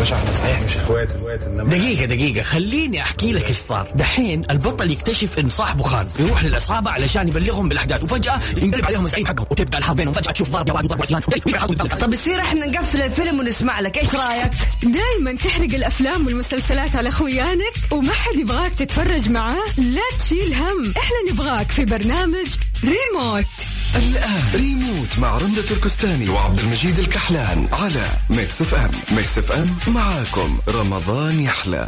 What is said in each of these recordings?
باشا احنا صحيح مش اخوات انما دقيقة خليني احكي لك ايش صار. دحين البطل يكتشف ان صاحبه خان، يروح للعصابة علشان يبلغهم بالاحداث، وفجأة ينقلب عليهم الزعيم حقهم وتبدا الحرب بينهم. فجأة تشوف ضرب جواد وضرب عصيان. طب يصير احنا نقفل الفيلم ونسمع لك، ايش رايك؟ دايما تحرق الافلام والمسلسلات على خويانك وما حد يبغاك تتفرج معاه؟ لا تشيل هم، احنا نبغاك في برنامج ريموت. الآن ريموت مع رندة تركستاني وعبد المجيد الكحلان على ميكس اف ام. ميكس اف ام معاكم رمضان يحلى.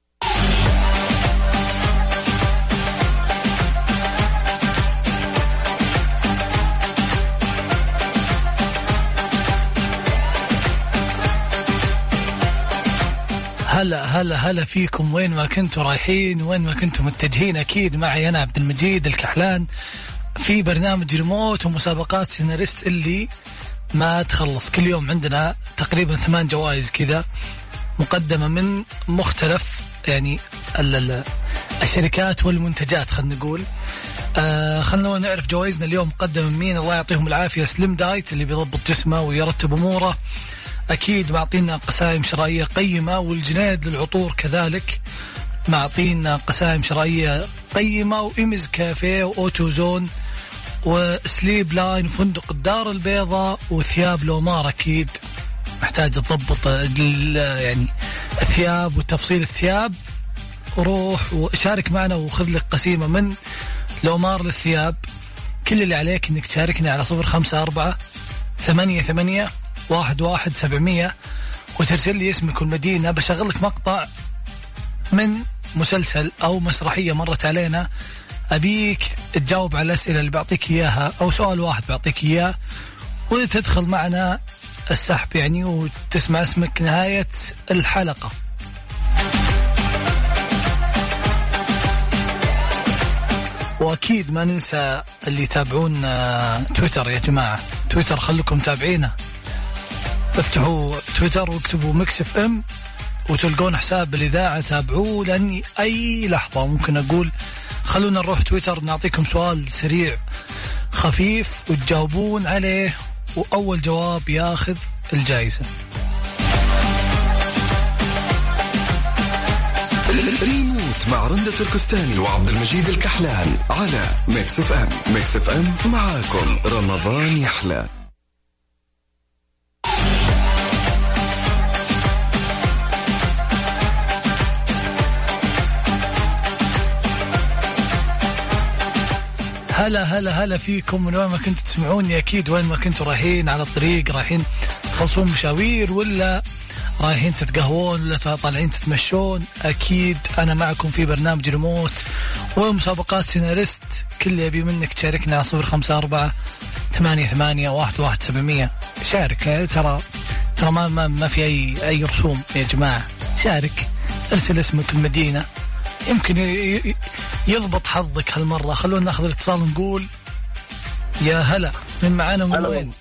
هلا فيكم، وين ما كنتوا رايحين وين ما كنتوا متجهين. أكيد معي أنا عبد المجيد الكحلان في برنامج ريموت ومسابقات سيناريست اللي ما تخلص. كل يوم عندنا تقريبا 8 جوائز كذا مقدمة من مختلف يعني الشركات والمنتجات. خلنا نقول خلنا نعرف جوائزنا اليوم مقدمة من مين. الله يعطيهم العافية سليم دايت اللي بيضبط جسمه ويرتب أموره، أكيد معطينا قسائم شرائية قيمة، والجنيد للعطور كذلك معطينا قسائم شرائية قيمة، وإيمز كافيه وأوتو زون وسليب لاين وفندق الدار البيضاء وثياب لومار. أكيد محتاج تضبط يعني الثياب وتفصيل الثياب، روح وشارك معنا وخذ لك قسيمة من لومار للثياب. كل اللي عليك إنك تشاركنا على 0548811700 وترسل لي اسمك والمدينة. بشغل لك مقطع من مسلسل أو مسرحية مرت علينا، أبيك تجاوب على الأسئلة اللي بعطيك إياها أو سؤال واحد بعطيك إياه وتدخل معنا السحب يعني، وتسمع اسمك نهاية الحلقة. وأكيد ما ننسى اللي يتابعون تويتر يا جماعة، تويتر خلكم تابعينا، افتحوا تويتر واكتبوا ميكس اف ام وتلقون حساب الإذاعة، تابعوه، لأني أي لحظة ممكن أقول خلونا نروح تويتر نعطيكم سؤال سريع خفيف وتجاوبون عليه، وأول جواب ياخذ الجائزة. ريموت مع رندة تركستاني وعبد المجيد الكحلان على ميكس اف ام. ميكس اف ام معاكم رمضان يحلى. هلا فيكم من وين ما كنتوا تسمعوني. أكيد وين ما كنتوا رايحين، على الطريق رايحين تخلصون مشاوير ولا رايحين تتقهوون ولا طالعين تتمشون، أكيد أنا معكم في برنامج ريموت ومسابقات سيناريست. كل يبي منك تشاركنا على 0548811700. شارك، ترى ما في أي رسوم يا جماعة. شارك، ارسل اسمك المدينة، يمكن يضبط حظك هالمرة. خلونا ناخذ الاتصال ونقول يا هلا. من معانا من وين؟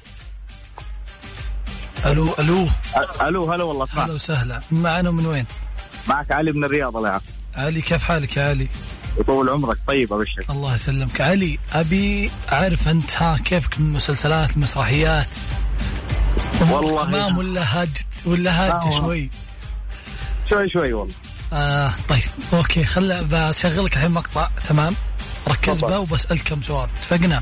ألو هلا والله. هلا وسهلا. من معانا من وين؟ معك علي من الرياض. الله يعافيك علي، كيف حالك يا علي؟ وطول عمرك. طيب أبشر. الله يسلمك علي. أبي أعرف أنت كيفك من المسلسلات المسرحيات؟ والله تمام ولا هاجت شوي والله. طيب اوكي، بشغلك الحين مقطع. تمام، ركز بقى وبسألك كم سؤال. اتفقنا؟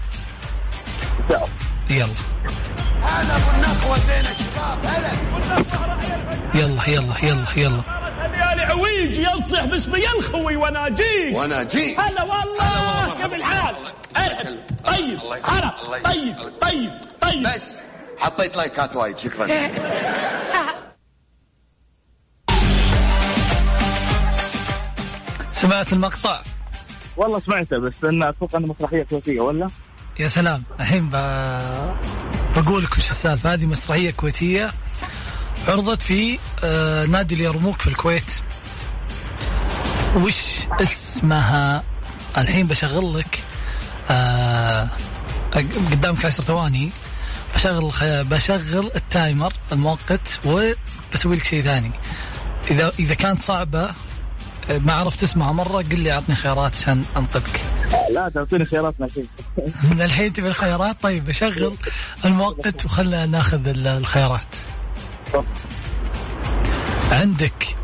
يلا هلا بالنخوة زين الشباب. يلا هذي عويج ينصح باسمي يا الخوي وانا جيت. هلا والله، كيف الحال؟ طيب عرب. طيب بس حطيت لايكات وايد، شكرا. سمعت المقطع؟ والله سمعته، بس أنا أتوقع أنه مسرحية كويتية ولا؟ يا سلام. الحين بقولك وش السالفة. هذه مسرحية كويتية عرضت في نادي اليرموك في الكويت. وش اسمها؟ الحين بشغل لك قدامك 10 ثواني. بشغل التايمر المؤقت وبسوي لك شيء ثاني. إذا كانت صعبة ما عرفت اسمها مرة قل لي أعطني خيارات عشان أنطبك. لا تعطيني خيارات نسيت. من الحين تبي الخيارات؟ طيب بشغل المؤقت وخلنا ناخذ الخيارات. عندك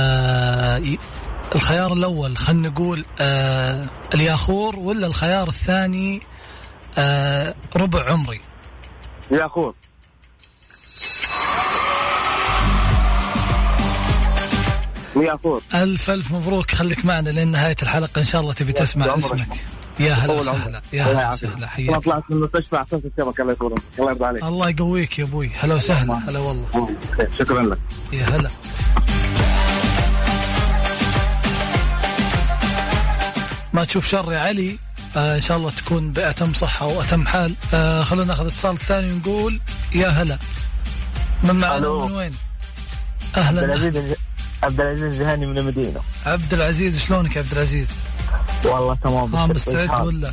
الخيار الأول خلنا نقول الياخور، ولا الخيار الثاني ربع عمري؟ ياخور. ياخور. ألف مبروك، خليك معنا لين نهاية الحلقة إن شاء الله تبي تسمع اسمك. يا هلا وسهلا، يا هلا وسهلا، حياك. طلعت من المستشفى أحسن الشبكة، الله يكرمك، الله يرضى عليك. الله يقويك يا أبوي، هلا وسهلا. هلا والله، شكرا لك. يا هلا. ما تشوف شر يا علي، إن شاء الله تكون بأتم صحة وأتم حال. خلونا ناخذ اتصال ثاني ونقول يا هلا. من معنا من وين؟ أهلا. عبد العزيز الجهاني من المدينة. عبد العزيز، شلونك يا عبد العزيز؟ والله تمام. مستعد ولا؟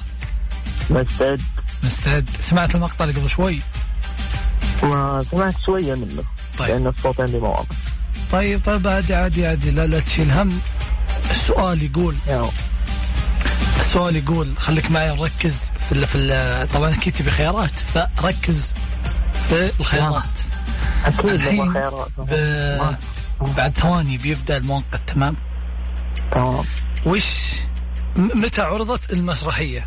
مستعد. سمعت المقطع اللي قبل شوي؟ ما سمعت شوية منه. طيب. لأن الصوت عندي ما واضح. طيب عادي لا تشيل هم. السؤال يقول خليك معي وركز في طبعا أكيد تبي خيارات، فركز في الخيارات. الحين بعد ثواني بيبدأ الموقت. تمام. وش متى عرضت المسرحية؟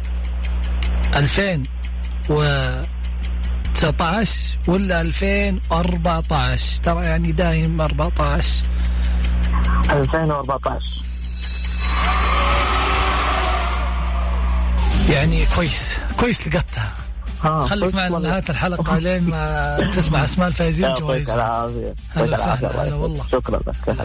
2019 ولا 2014؟ ترى يعني دايم 14. 2014. يعني كويس لقطتها. خليك معنا لنهاية الحلقة لين ما تسمع اسماء الفائزين جوائز. هلا والله. شكرا لك.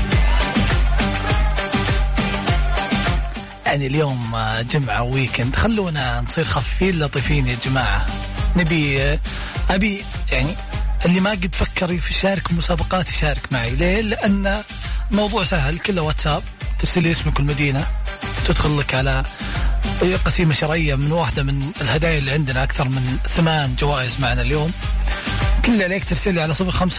يعني اليوم جمعة ويكند، خلونا نصير خفيفين لطيفين يا جماعة. أبي يعني اللي ما قد فكر يشارك مسابقات يشارك معي. ليه؟ لأن موضوع سهل، كله واتساب، ترسل لي اسمك والمدينة، تدخل لك على قسيمة شرعية من واحدة من الهدايا اللي عندنا، أكثر من 8 جوائز معنا اليوم. كل عليك ترسل لي على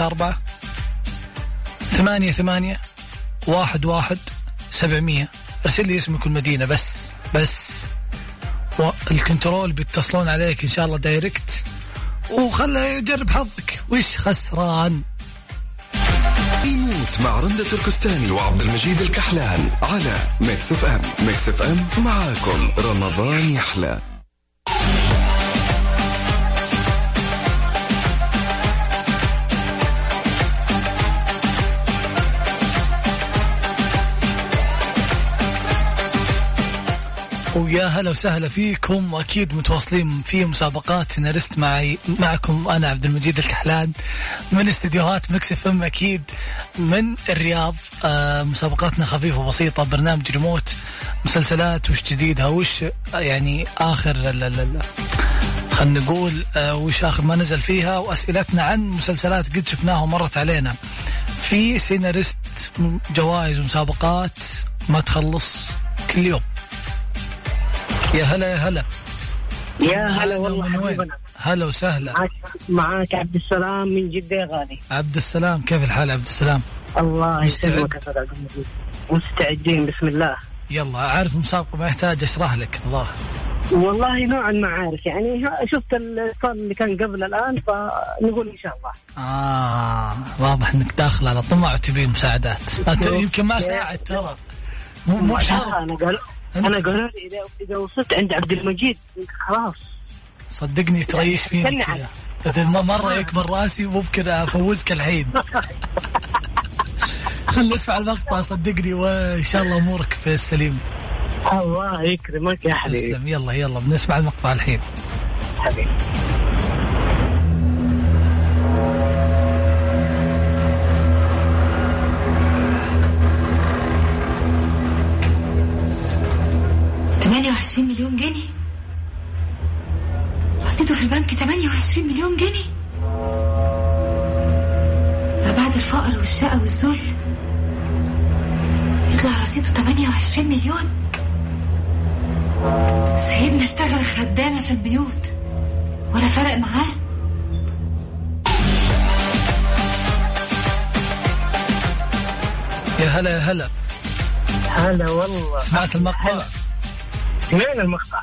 0548811700. ارسل لي اسمك والمدينة بس والكنترول بيتصلون عليك إن شاء الله دايركت، وخلنا يجرب حظك. وش خسران؟ يموت مع رندة تركستاني وعبد المجيد الكحلان على ميكس اف ام. ميكس اف ام معاكم رمضان يحلى. ويا هلا وسهلا فيكم، واكيد متواصلين في مسابقات سيناريست معكم انا عبد المجيد الكحلان من استديوهات ميكس اف ام، اكيد من الرياض. مسابقاتنا خفيفه وبسيطه، برنامج ريموت، مسلسلات وش جديدها، وش يعني اخر خلنا نقول وش اخر ما نزل فيها، واسئلتنا عن مسلسلات قد شفناها ومرت علينا. في سيناريست جوائز ومسابقات ما تخلص كل يوم. يا هلا والله. هلا وسهلا. معاك عبد السلام من جدة يا غالي. عبد السلام، كيف الحال عبد السلام؟ الله يسلمك. مستعدين بسم الله. يلا، عارف مسابقة ما يحتاج اشرح لك الظاهر. والله نوعا ما عارف، يعني شفت الاتصال اللي كان قبل الآن، فنقول إن شاء الله. واضح انك داخل على طمع وتبي مساعدات. يمكن ما ساعد ترى، مو شرط. أنا قالوا لي إذا وصلت عند عبد المجيد خلاص صدقني تريش فيني إذا مرة يكبر راسي ممكن أفوزك الحين. خل نسمع المقطع صدقني، وإن شاء الله أمورك في السليم. الله يكرمك يا حبيبي. تسلم. يلا بنسمع المقطع الحين حبيبي. مليون جنيه رصيده في البنك. 28 مليون جنيه بعد الفقر والشقة والذل يطلع رصيده 28 مليون. سيبنا اشتغل خدامة في البيوت ولا فرق معاه. يا هلا والله. سمعت المقطع؟ سمعنا المقطع.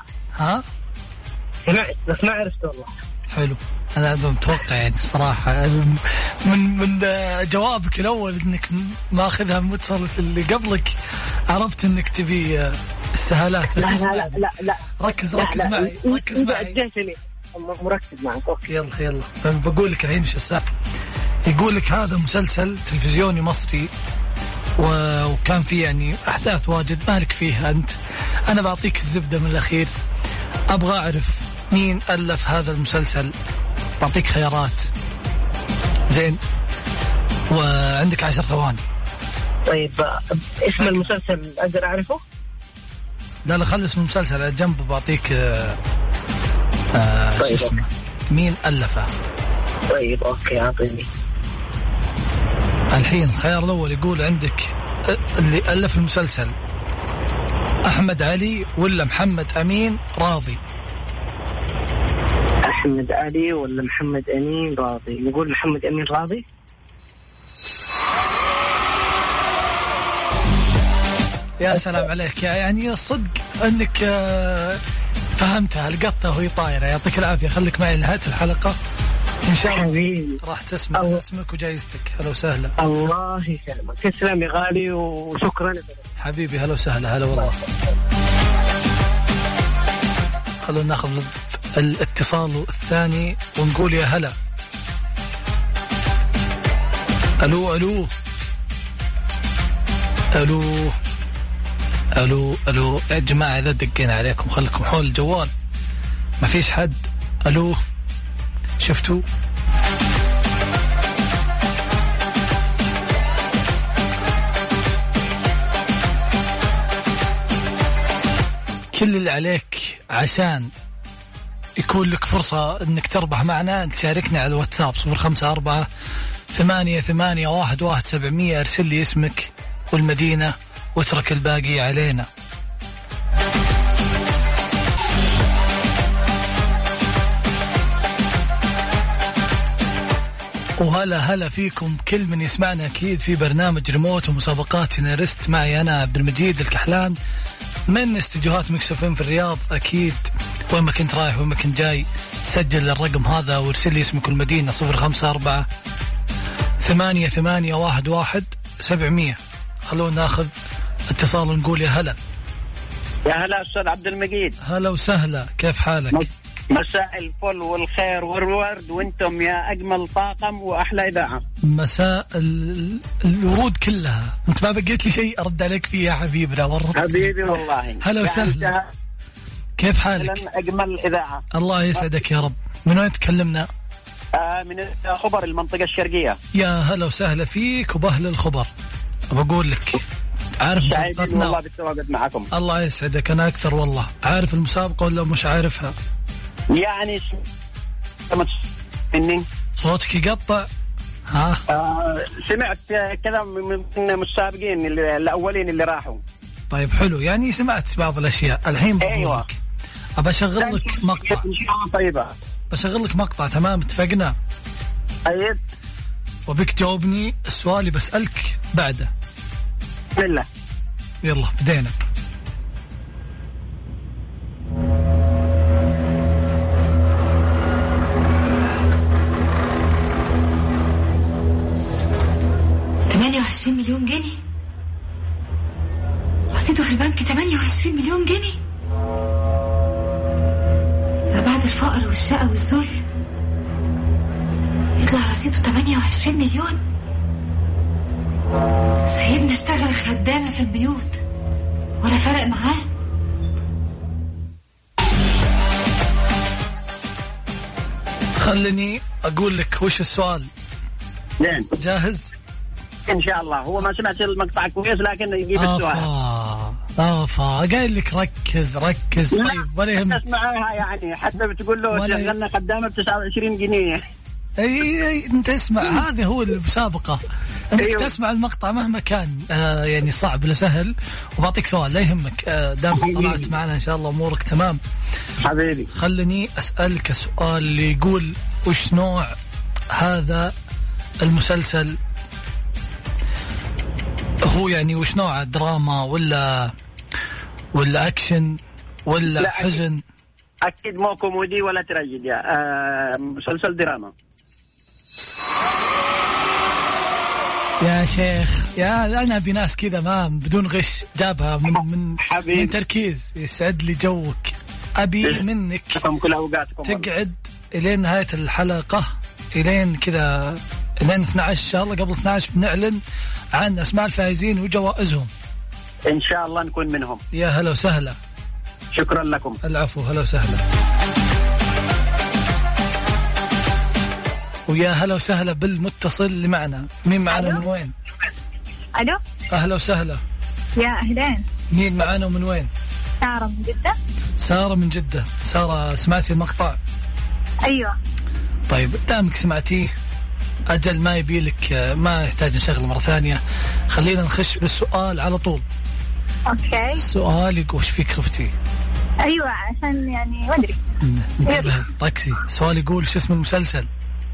سمعت بس ما عرفت والله. حلو. أنا متوقع يعني صراحة من جوابك الأول إنك ما أخذها متصل اللي قبلك عرفت إنك تبي السهالات. بس لا ركز معي مركز معك. أوكي يلا بقول لك الحين إيش السالفة. يقول لك هذا مسلسل تلفزيوني مصري وكان فيه يعني أحداث واجد مالك فيها أنت. أنا بعطيك الزبدة من الأخير. أبغى أعرف مين ألف هذا المسلسل. بعطيك خيارات زين وعندك 10 ثواني. طيب اسم المسلسل أقدر أعرفه؟ لا خلص من المسلسل جنبه بعطيك طيب اسمه مين ألفه. طيب أوكي أعطيني الحين. الخيار الأول يقول عندك اللي ألف المسلسل أحمد علي ولا محمد أمين راضي. أحمد علي ولا محمد أمين راضي؟ نقول محمد أمين راضي. يا سلام عليك يعني الصدق أنك فهمتها لقطة وهي طايرة. يعطيك العافية. خليك معي لنهاية الحلقة إن شاء الله راح تسمع اسمك وجايزتك. هلا وسهلا. الله يسلمك. تسلم يا غالي وشكرا حبيبي. هلا وسهلا. هلا والله. خلونا ناخذ الاتصال الثاني ونقول يا هلا. الو الو الو الو الو يا جماعة إذا دقينا عليكم خليكم حول الجوال ما فيش حد. الو شفتوا كل اللي عليك عشان يكون لك فرصة انك تربح معنا تشاركنا على الواتساب 0548811700. ارسل لي اسمك والمدينة واترك الباقي علينا. وهلا فيكم كل من يسمعنا أكيد في برنامج ريموت ومسابقات سيناريست. معي أنا عبد المجيد الكحلان من استديوهات ميكس اف ام في الرياض. أكيد وين ما كنت رايح وين ما كنت جاي سجل الرقم هذا وارسل لي اسمك والمدينة 0548811700. خلونا ناخذ اتصال ونقول يا هلا. يا هلا أستاذ عبد المجيد. هلا وسهلا. كيف حالك؟ مساء الفل والخير والورد وانتم يا أجمل طاقم وأحلى إذاعة. مساء الورود كلها. انت ما بقيت لي شيء أرد عليك فيه يا حبيبنا. حبيبي والله. هلا وسهلا. كيف حالك؟ أجمل إذاعة. الله يسعدك يا رب. من وين تكلمنا؟ من خبر المنطقة الشرقية. يا هلا وسهلا فيك وبأهل الخبر. بقول لك عارف مسابقتنا والله بالتواجد معكم. الله يسعدك. أنا أكثر والله. عارف المسابقة ولا مش عارفها؟ يعني إني صوتك يقطع. ها سمعت كذا من المسابقين الأولين اللي راحوا. طيب حلو يعني سمعت بعض الأشياء. الحين بقول أيوة. لك أبى أشغل لك مقطع. إن شاء الله. طيبة بشغل لك مقطع. تمام اتفقنا؟ طيب وبك جاوبني السؤال اللي بسألك بعده. بسم الله. يلا بدينا. مليون جنيه رصيده في البنك. 28 مليون جنيه بعد الفقر والشقة والذل يطلع رصيده 28 مليون. سيبني اشتغل خدامة في البيوت ولا فرق معاه. خلني أقول لك وش السؤال. زين جاهز إن شاء الله. هو ما سمعت المقطع كويس لكن يجيب السؤال. قايل لك ركز. طيب ولا يهمك. اسمعها يعني حتى بتقول له شغلنا خدامة ب29 جنيه. اي انت اسمع. هذا هو المسابقة. انك أيوه. تسمع المقطع مهما كان يعني صعب ولا سهل. وبعطيك سؤال لا يهمك دام طلعت معنا ان شاء الله امورك تمام حبيبي. خلني اسألك السؤال اللي يقول وش نوع هذا المسلسل. هو يعني وش نوع دراما ولا اكشن ولا حزن؟ اكيد مو كوميدي ولا تراجيديا. مسلسل دراما. يا شيخ يا أنا بناس كذا ما بدون غش جابها من تركيز. يسعد لي جوك. أبي منك تقعد إلين نهاية الحلقة إلين كذا إلين 12 إن شاء الله. قبل 12 بنعلن عن أسماء الفائزين وجوائزهم إن شاء الله نكون منهم. يا هلا وسهلا. شكرا لكم. العفو. هلا وسهلا. ويا هلا وسهلا بالمتصل اللي معنا. مين معنا من وين؟ ألو. أهلا وسهلا. يا أهلين. مين معنا ومن وين؟ سارة من جدة. سارة من جدة. سارة سمعتي المقطع؟ أيوة. طيب دامك سمعتيه أجل ما يبيلك ما يحتاج نشغل مرة ثانية. خلينا نخش بالسؤال على طول. أوكي. السؤال يقول وش فيك خفتي؟ أيوة عشان يعني ما أدري. ركزي. السؤال يقول شو اسم المسلسل؟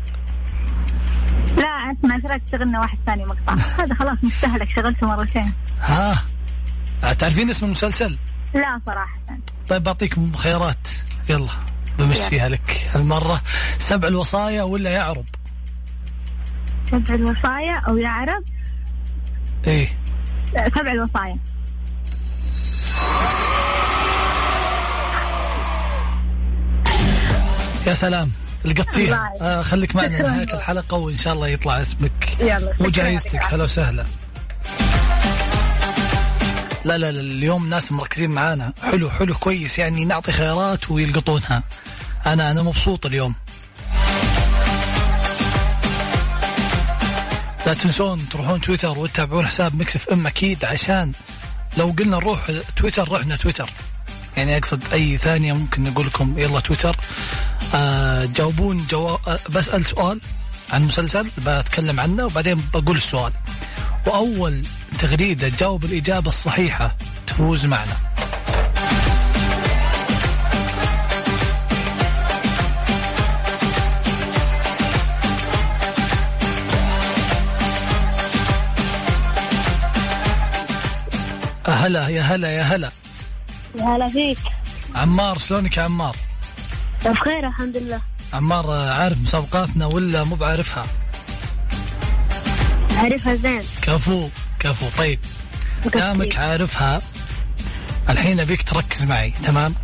لا أسمع ترى شغلنا واحد ثاني مقطع. هذا خلاص مستهلك شغلته مرتين. ها تعرفين اسم المسلسل؟ لا صراحة. طيب بعطيكم خيارات يلا بمشيها لك المرة. 7 الوصايا ولا يعرب؟ 7 الوصايا أو يعرب؟ إيه 7 الوصايا. يا سلام لقطيها. خليك معنا نهاية الحلقة وإن شاء الله يطلع اسمك وجايزتك. هلا وسهلا. لا اليوم ناس مركزين معانا. حلو كويس يعني نعطي خيارات ويلقطونها. أنا مبسوط اليوم. لا تنسون تروحون تويتر وتتابعون حساب ميكس اف ام أكيد. عشان لو قلنا نروح تويتر رحنا تويتر يعني أقصد أي ثانية ممكن نقول لكم يلا تويتر. جاوبون بسأل سؤال عن مسلسل بتكلم عنه وبعدين بقول السؤال وأول تغريدة تجاوب الإجابة الصحيحة تفوز معنا. هلا يا هلا يا هلا. يا هلا فيك عمار. شلونك يا عمار؟ بخير الحمد لله. عمار عارف مسابقاتنا ولا مو بعرفها؟ عارفها زين. كفو. طيب دامك عارفها الحين أبيك تركز معي تمام؟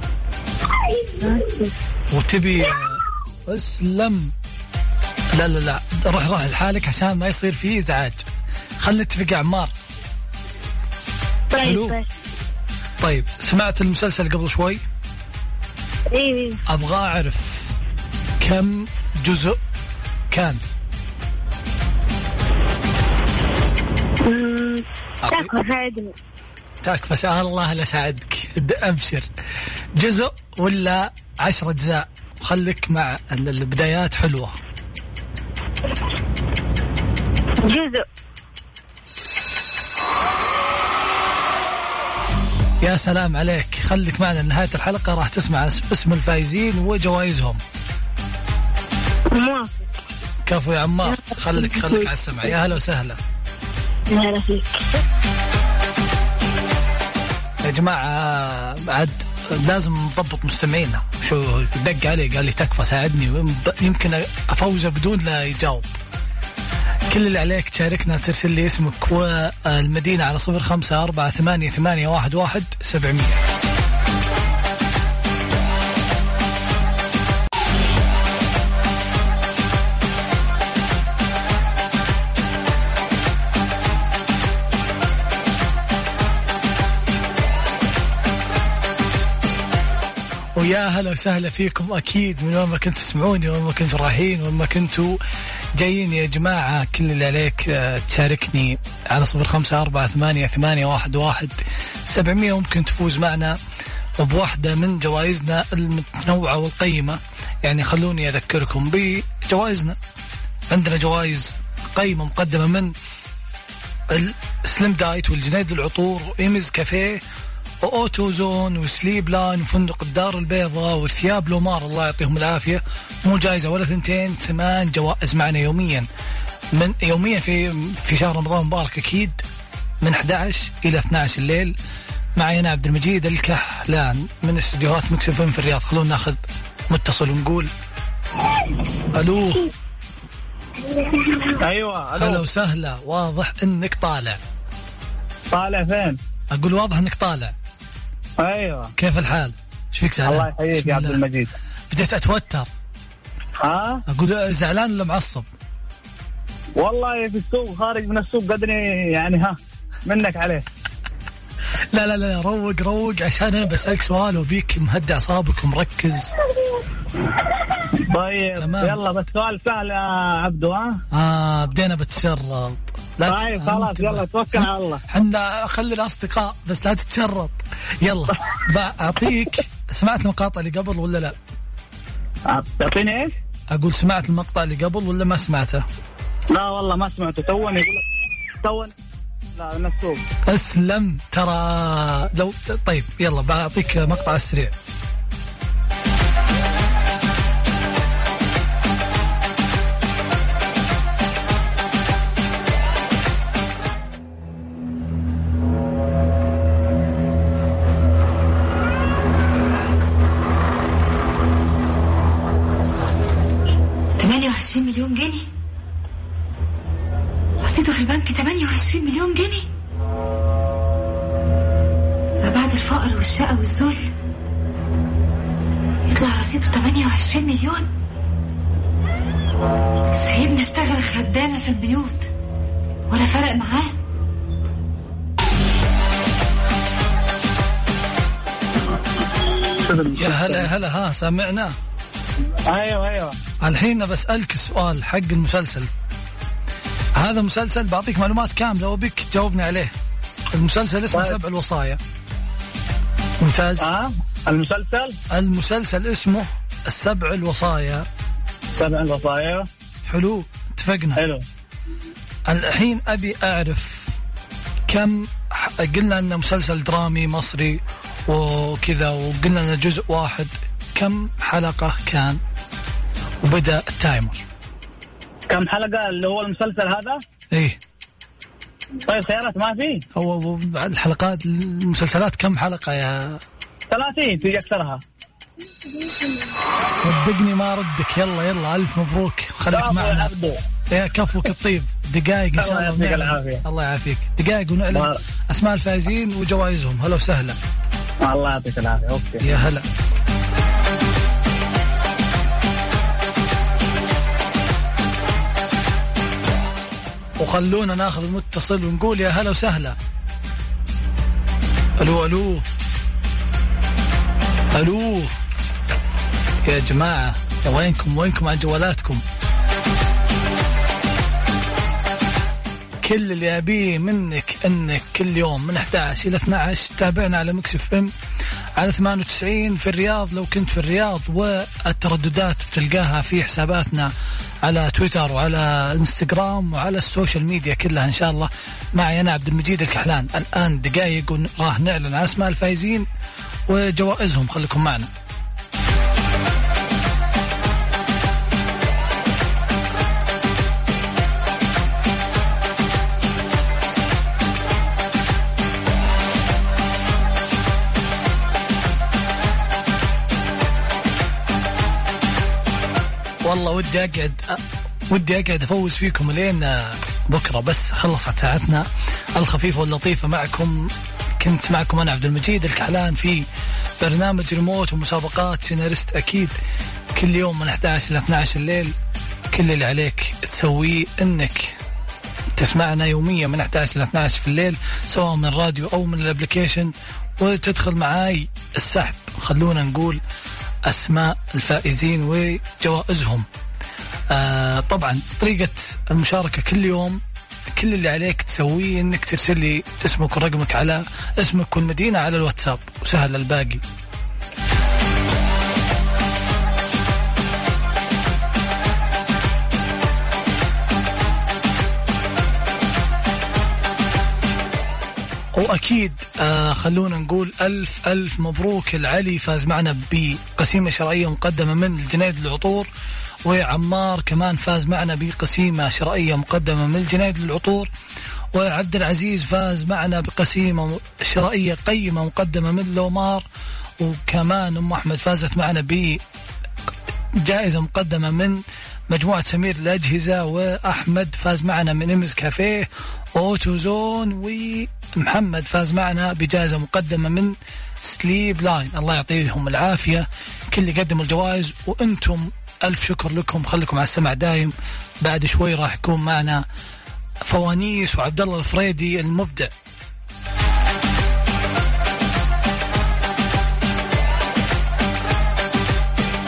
وتبي اسلم. لا روح لحالك عشان ما يصير فيه إزعاج. خلي نتفق عمار. طيب سمعت المسلسل قبل شوي؟ إيه. أبغى أعرف كم جزء كان؟ تكفى سأل الله لا ساعدك. أبشر. جزء ولا 10 أجزاء؟ خليك مع البدايات حلوة. جزء. يا سلام عليك. خليك معنا لنهاية الحلقة راح تسمع اسم الفائزين وجوائزهم. كفو يا عمار. خليك على السمع. يا هلا وسهلا. يا هلا فيك يا جماعة. بعد لازم نضبط مستمعينا. شو دق علي قال لي تكفى ساعدني يمكن أفوزه بدون لا يجاوب. كل اللي عليك تشاركنا ترسل لي اسمك والمدينة على 0548811700. ويا هلا وسهلا فيكم أكيد من وين ما كنتوا تسمعوني وين ما كنتوا رايحين وين ما كنتوا جايين يا جماعة. كل اللي عليك تشاركني على 0548811700. ممكن تفوز معنا بواحدة من جوائزنا المتنوعة والقيمة. يعني خلوني أذكركم بجوائزنا. عندنا جوائز قيمة مقدمة من السلم دايت والجنيد العطور وإيمز كافيه وأوتو زون وسليب لان وفندق الدار البيضاء والثياب لومار الله يعطيهم العافية. مو جائزة ولا 2 8 جوائز معنا يوميا في شهر رمضان مبارك أكيد من 11 إلى 12 الليل. معي أنا عبد المجيد الكحلان من استديوهات ميكس اف ام في الرياض. خلونا ناخذ متصل ونقول ألو. ايوه هلا وسهلا. واضح انك طالع فين؟ اقول واضح انك طالع. ايوه كيف الحال؟ ايش فيك زعلان؟ الله يحييك يا عبد المجيد. بديت اتوتر. اقول زعلان ولا معصب؟ والله في السوق، خارج من السوق قدرني يعني منك عليه. لا روق عشان انا بسألك سؤال وبيك مهدي اعصابك ومركز. طيب تمام. يلا بس سؤال سهل يا عبدو. بدينا بتشرط. طيب خلاص يلا توكل على الله. حنا خلي الاصدقاء بس لا تتشرط. يلا اعطيك. سمعت المقاطع اللي قبل ولا لا؟ تعطيني ايش؟ اقول سمعت المقطع اللي قبل ولا ما سمعته؟ لا والله ما سمعته. توني لا من السوق. اسلم ترى لو. طيب يلا بعطيك مقطع السريع. مليون جنيه رصيده في البنك. 28 مليون جنيه بعد الفقر والشقة والذل يطلع رصيده 28 مليون. سيبني اشتغل خدامة في البيوت ولا فرق معاه. يا هلا سامعنا؟ ايوه الحين بسألك السؤال حق المسلسل. هذا مسلسل بعطيك معلومات كاملة وبيك تجاوبني عليه. المسلسل اسمه 7 الوصايا. ممتاز. المسلسل اسمه 7 الوصايا. 7 الوصايا. حلو اتفقنا. حلو. الحين أبي أعرف كم. قلنا أنه مسلسل درامي مصري وكذا وقلنا أنه جزء واحد. كم حلقة كان وبدأ التايمر؟ كم حلقة اللي هو المسلسل هذا؟ ايه. طيب خيارات ما في؟ هو الحلقات المسلسلات كم حلقة يا 30 في أكثرها. صدقني ما ردك. يلا ألف مبروك خليك معنا يا كفوك الطيب. دقائق إن شاء الله. الله يعافيك. دقائق ونعلن أسماء الفائزين وجوائزهم. هلا وسهلا. الله يعطيك العافية. أوكي يا هلا. وخلونا ناخذ المتصل ونقول يا هلا وسهلا. الو يا جماعة وينكم عن جوالاتكم؟ كل اللي أبيه منك أنك كل يوم من 11 إلى 12 تابعنا على ميكس اف ام على 98 في الرياض لو كنت في الرياض. والترددات بتلقاها في حساباتنا على تويتر وعلى انستغرام وعلى السوشيال ميديا كلها إن شاء الله. معي أنا عبد المجيد الكحلان. الآن دقائق راح نعلن أسماء الفائزين وجوائزهم. خليكم معنا. والله ودي أقعد أفوز فيكم لين بكرة بس خلصت ساعتنا الخفيفة واللطيفة معكم. كنت معكم أنا عبد المجيد الكحلان في برنامج ريموت ومسابقات سيناريست أكيد كل يوم من 11 إلى 12 الليل. كل اللي عليك تسويه إنك تسمعنا يوميا من 11 إلى 12 في الليل سواء من الراديو أو من الابليكيشن وتدخل معاي السحب. خلونا نقول أسماء الفائزين وجوائزهم. طبعا طريقة المشاركة كل يوم كل اللي عليك تسويه إنك ترسل لي اسمك ورقمك على اسمك والمدينة على الواتساب وسهل الباقي. وأكيد خلونا نقول ألف مبروك. العلي فاز معنا بقسيمة شرائية مقدمة من الجنيد للعطور. وعمار كمان فاز معنا بقسيمة شرائية مقدمة من الجنيد للعطور. وعبد العزيز فاز معنا بقسيمة شرائية قيمة مقدمة من لومار. وكمان أم أحمد فازت معنا بجائزة مقدمة من مجموعة سمير الأجهزة، وأحمد فاز معنا من إمز كافيه، أوتوزون، ومحمد فاز معنا بجائزة مقدمة من سليب لاين. الله يعطيهم العافية كل اللي قدموا الجوائز، وأنتم ألف شكر لكم. خليكم على السمع دايم، بعد شوي راح يكون معنا فوانيس وعبد الله الفريدي المبدع